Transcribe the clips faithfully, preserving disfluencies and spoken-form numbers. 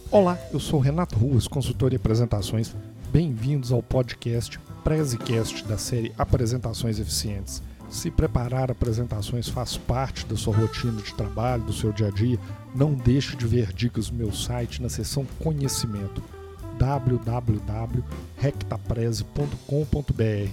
Olá, eu sou Renato Ruas, consultor em apresentações. Bem-vindos ao podcast PreziCast da série Apresentações Eficientes. Se preparar apresentações faz parte da sua rotina de trabalho, do seu dia a dia, não deixe de ver dicas no meu site na seção Conhecimento, w w w ponto rectapreze ponto com ponto b r.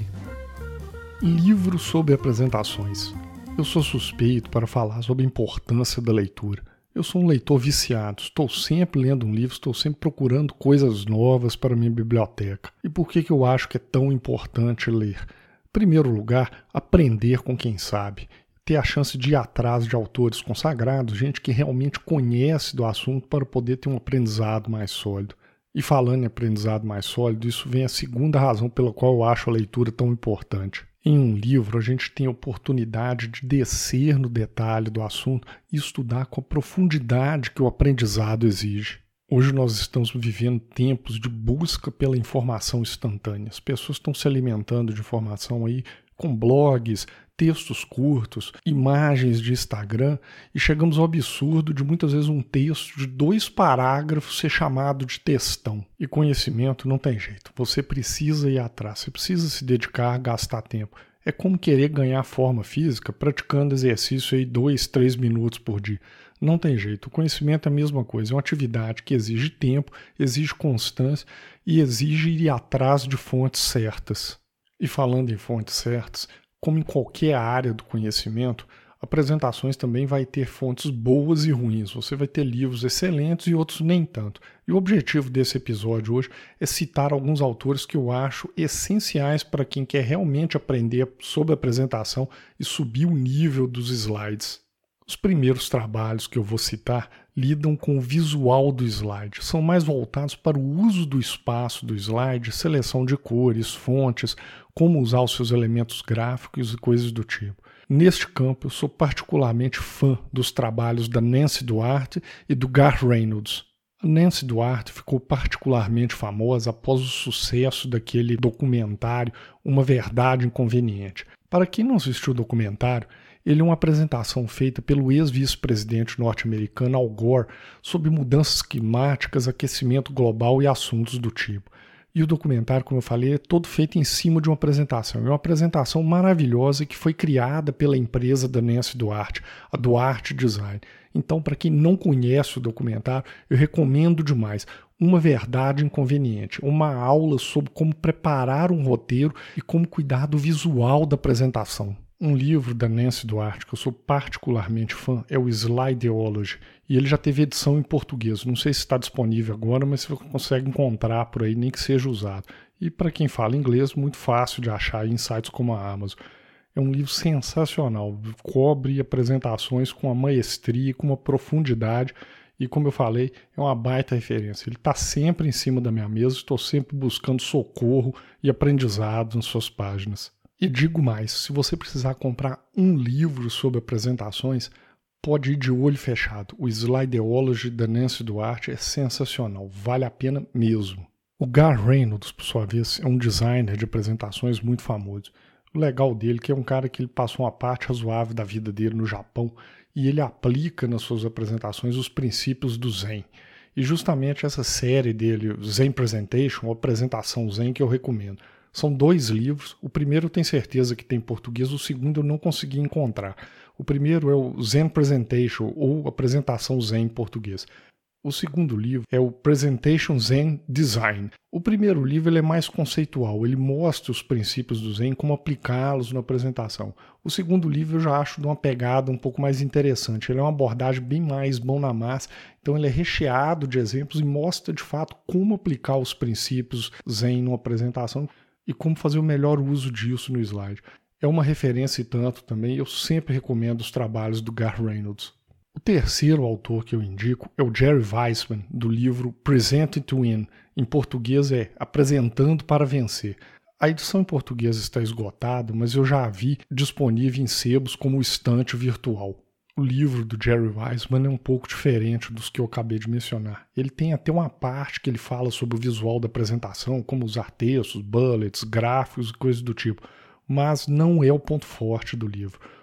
Livro sobre apresentações. Eu sou suspeito para falar sobre a importância da leitura. Eu sou um leitor viciado, estou sempre lendo um livro, estou sempre procurando coisas novas para a minha biblioteca. E por que que eu acho que é tão importante ler? Em primeiro lugar, aprender com quem sabe. Ter a chance de ir atrás de autores consagrados, gente que realmente conhece do assunto para poder ter um aprendizado mais sólido. E falando em aprendizado mais sólido, isso vem a segunda razão pela qual eu acho a leitura tão importante. Em um livro, a gente tem a oportunidade de descer no detalhe do assunto e estudar com a profundidade que o aprendizado exige. Hoje nós estamos vivendo tempos de busca pela informação instantânea. As pessoas estão se alimentando de informação aí com blogs, textos curtos, imagens de Instagram, e chegamos ao absurdo de muitas vezes um texto de dois parágrafos ser chamado de textão. E conhecimento não tem jeito, você precisa ir atrás, você precisa se dedicar, gastar tempo. É como querer ganhar forma física praticando exercício aí dois, três minutos por dia. Não tem jeito, o conhecimento é a mesma coisa, é uma atividade que exige tempo, exige constância e exige ir atrás de fontes certas. E falando em fontes certas, como em qualquer área do conhecimento, apresentações também vai ter fontes boas e ruins. Você vai ter livros excelentes e outros nem tanto. E o objetivo desse episódio hoje é citar alguns autores que eu acho essenciais para quem quer realmente aprender sobre apresentação e subir o nível dos slides. Os primeiros trabalhos que eu vou citar lidam com o visual do slide. São mais voltados para o uso do espaço do slide, seleção de cores, fontes, como usar os seus elementos gráficos e coisas do tipo. Neste campo, eu sou particularmente fã dos trabalhos da Nancy Duarte e do Garth Reynolds. A Nancy Duarte ficou particularmente famosa após o sucesso daquele documentário Uma Verdade Inconveniente. Para quem não assistiu o documentário, ele é uma apresentação feita pelo ex-vice-presidente norte-americano Al Gore sobre mudanças climáticas, aquecimento global e assuntos do tipo. E o documentário, como eu falei, é todo feito em cima de uma apresentação. É uma apresentação maravilhosa que foi criada pela empresa da Nancy Duarte, a Duarte Design. Então, para quem não conhece o documentário, eu recomendo demais. Uma Verdade Inconveniente, uma aula sobre como preparar um roteiro e como cuidar do visual da apresentação. Um livro da Nancy Duarte que eu sou particularmente fã é o Slideology, e ele já teve edição em português. Não sei se está disponível agora, mas você consegue encontrar por aí, nem que seja usado. E para quem fala inglês, muito fácil de achar em sites como a Amazon. É um livro sensacional, cobre apresentações com uma maestria, com uma profundidade, e como eu falei, é uma baita referência. Ele está sempre em cima da minha mesa, estou sempre buscando socorro e aprendizado nas suas páginas. E digo mais, se você precisar comprar um livro sobre apresentações, pode ir de olho fechado. O Slideology da Nancy Duarte é sensacional, vale a pena mesmo. O Garth Reynolds, por sua vez, é um designer de apresentações muito famoso. O legal dele é que é um cara que ele passou uma parte razoável da vida dele no Japão e ele aplica nas suas apresentações os princípios do Zen. E justamente essa série dele, Zen Presentation, ou apresentação Zen, que eu recomendo. São dois livros, o primeiro eu tenho certeza que tem em português, o segundo eu não consegui encontrar. O primeiro é o Zen Presentation, ou Apresentação Zen em português. O segundo livro é o Presentation Zen Design. O primeiro livro ele é mais conceitual, ele mostra os princípios do Zen, como aplicá-los na apresentação. O segundo livro eu já acho de uma pegada um pouco mais interessante, ele é uma abordagem bem mais mão na massa, então ele é recheado de exemplos e mostra de fato como aplicar os princípios Zen numa apresentação e como fazer o melhor uso disso no slide. É uma referência e tanto também, eu sempre recomendo os trabalhos do Garth Reynolds. O terceiro autor que eu indico é o Jerry Weissman, do livro Presenting to Win. Em português é Apresentando para Vencer. A edição em português está esgotada, mas eu já a vi disponível em sebos como estante virtual. O livro do Jerry Weissman é um pouco diferente dos que eu acabei de mencionar. Ele tem até uma parte que ele fala sobre o visual da apresentação, como usar textos, bullets, gráficos e coisas do tipo, mas não é o ponto forte do livro.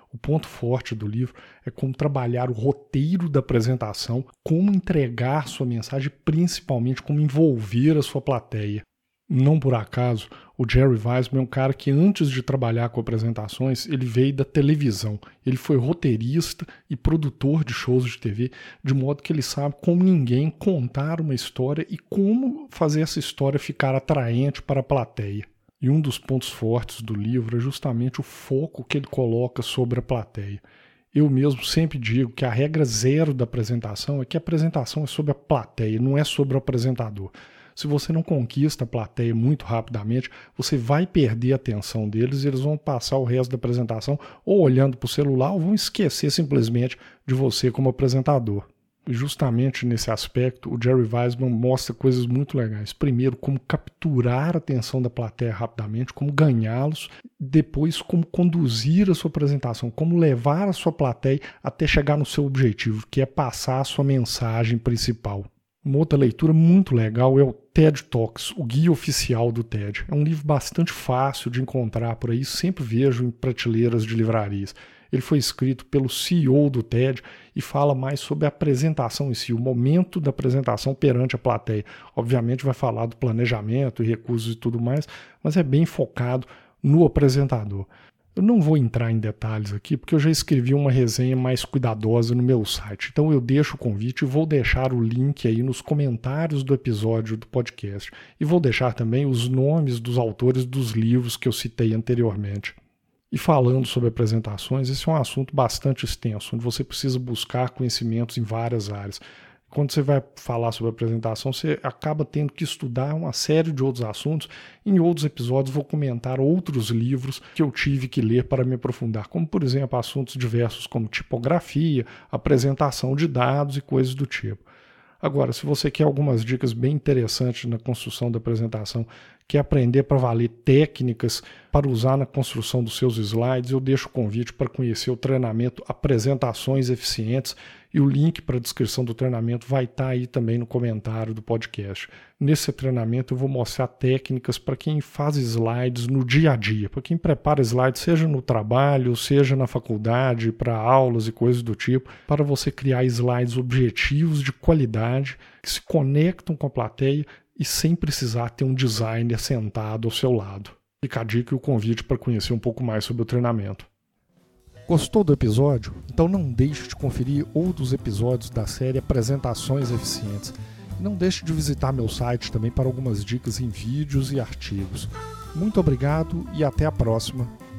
O ponto forte do livro é como trabalhar o roteiro da apresentação, como entregar sua mensagem, principalmente como envolver a sua plateia. Não por acaso, o Jerry Weissman é um cara que antes de trabalhar com apresentações, ele veio da televisão. Ele foi roteirista e produtor de shows de T V, de modo que ele sabe como ninguém contar uma história e como fazer essa história ficar atraente para a plateia. E um dos pontos fortes do livro é justamente o foco que ele coloca sobre a plateia. Eu mesmo sempre digo que a regra zero da apresentação é que a apresentação é sobre a plateia, não é sobre o apresentador. Se você não conquista a plateia muito rapidamente, você vai perder a atenção deles e eles vão passar o resto da apresentação ou olhando para o celular ou vão esquecer simplesmente de você como apresentador. E justamente nesse aspecto, o Jerry Weissman mostra coisas muito legais. Primeiro, como capturar a atenção da plateia rapidamente, como ganhá-los. Depois, como conduzir a sua apresentação, como levar a sua plateia até chegar no seu objetivo, que é passar a sua mensagem principal. Uma outra leitura muito legal é o TED Talks, o guia oficial do TED. É um livro bastante fácil de encontrar por aí, sempre vejo em prateleiras de livrarias. Ele foi escrito pelo C E O do TED e fala mais sobre a apresentação em si, o momento da apresentação perante a plateia. Obviamente vai falar do planejamento e recursos e tudo mais, mas é bem focado no apresentador. Eu não vou entrar em detalhes aqui, porque eu já escrevi uma resenha mais cuidadosa no meu site. Então eu deixo o convite e vou deixar o link aí nos comentários do episódio do podcast. E vou deixar também os nomes dos autores dos livros que eu citei anteriormente. E falando sobre apresentações, esse é um assunto bastante extenso, onde você precisa buscar conhecimentos em várias áreas. Quando você vai falar sobre apresentação, você acaba tendo que estudar uma série de outros assuntos. Em outros episódios vou comentar outros livros que eu tive que ler para me aprofundar, como por exemplo assuntos diversos como tipografia, apresentação de dados e coisas do tipo. Agora, se você quer algumas dicas bem interessantes na construção da apresentação, quer aprender para valer técnicas para usar na construção dos seus slides, eu deixo o convite para conhecer o treinamento Apresentações Eficientes e o link para a descrição do treinamento vai estar aí também no comentário do podcast. Nesse treinamento eu vou mostrar técnicas para quem faz slides no dia a dia, para quem prepara slides seja no trabalho, seja na faculdade, para aulas e coisas do tipo, para você criar slides objetivos de qualidade que se conectam com a plateia e sem precisar ter um designer sentado ao seu lado. Fica a dica e o convite para conhecer um pouco mais sobre o treinamento. Gostou do episódio? Então não deixe de conferir outros episódios da série Apresentações Eficientes. E não deixe de visitar meu site também para algumas dicas em vídeos e artigos. Muito obrigado e até a próxima.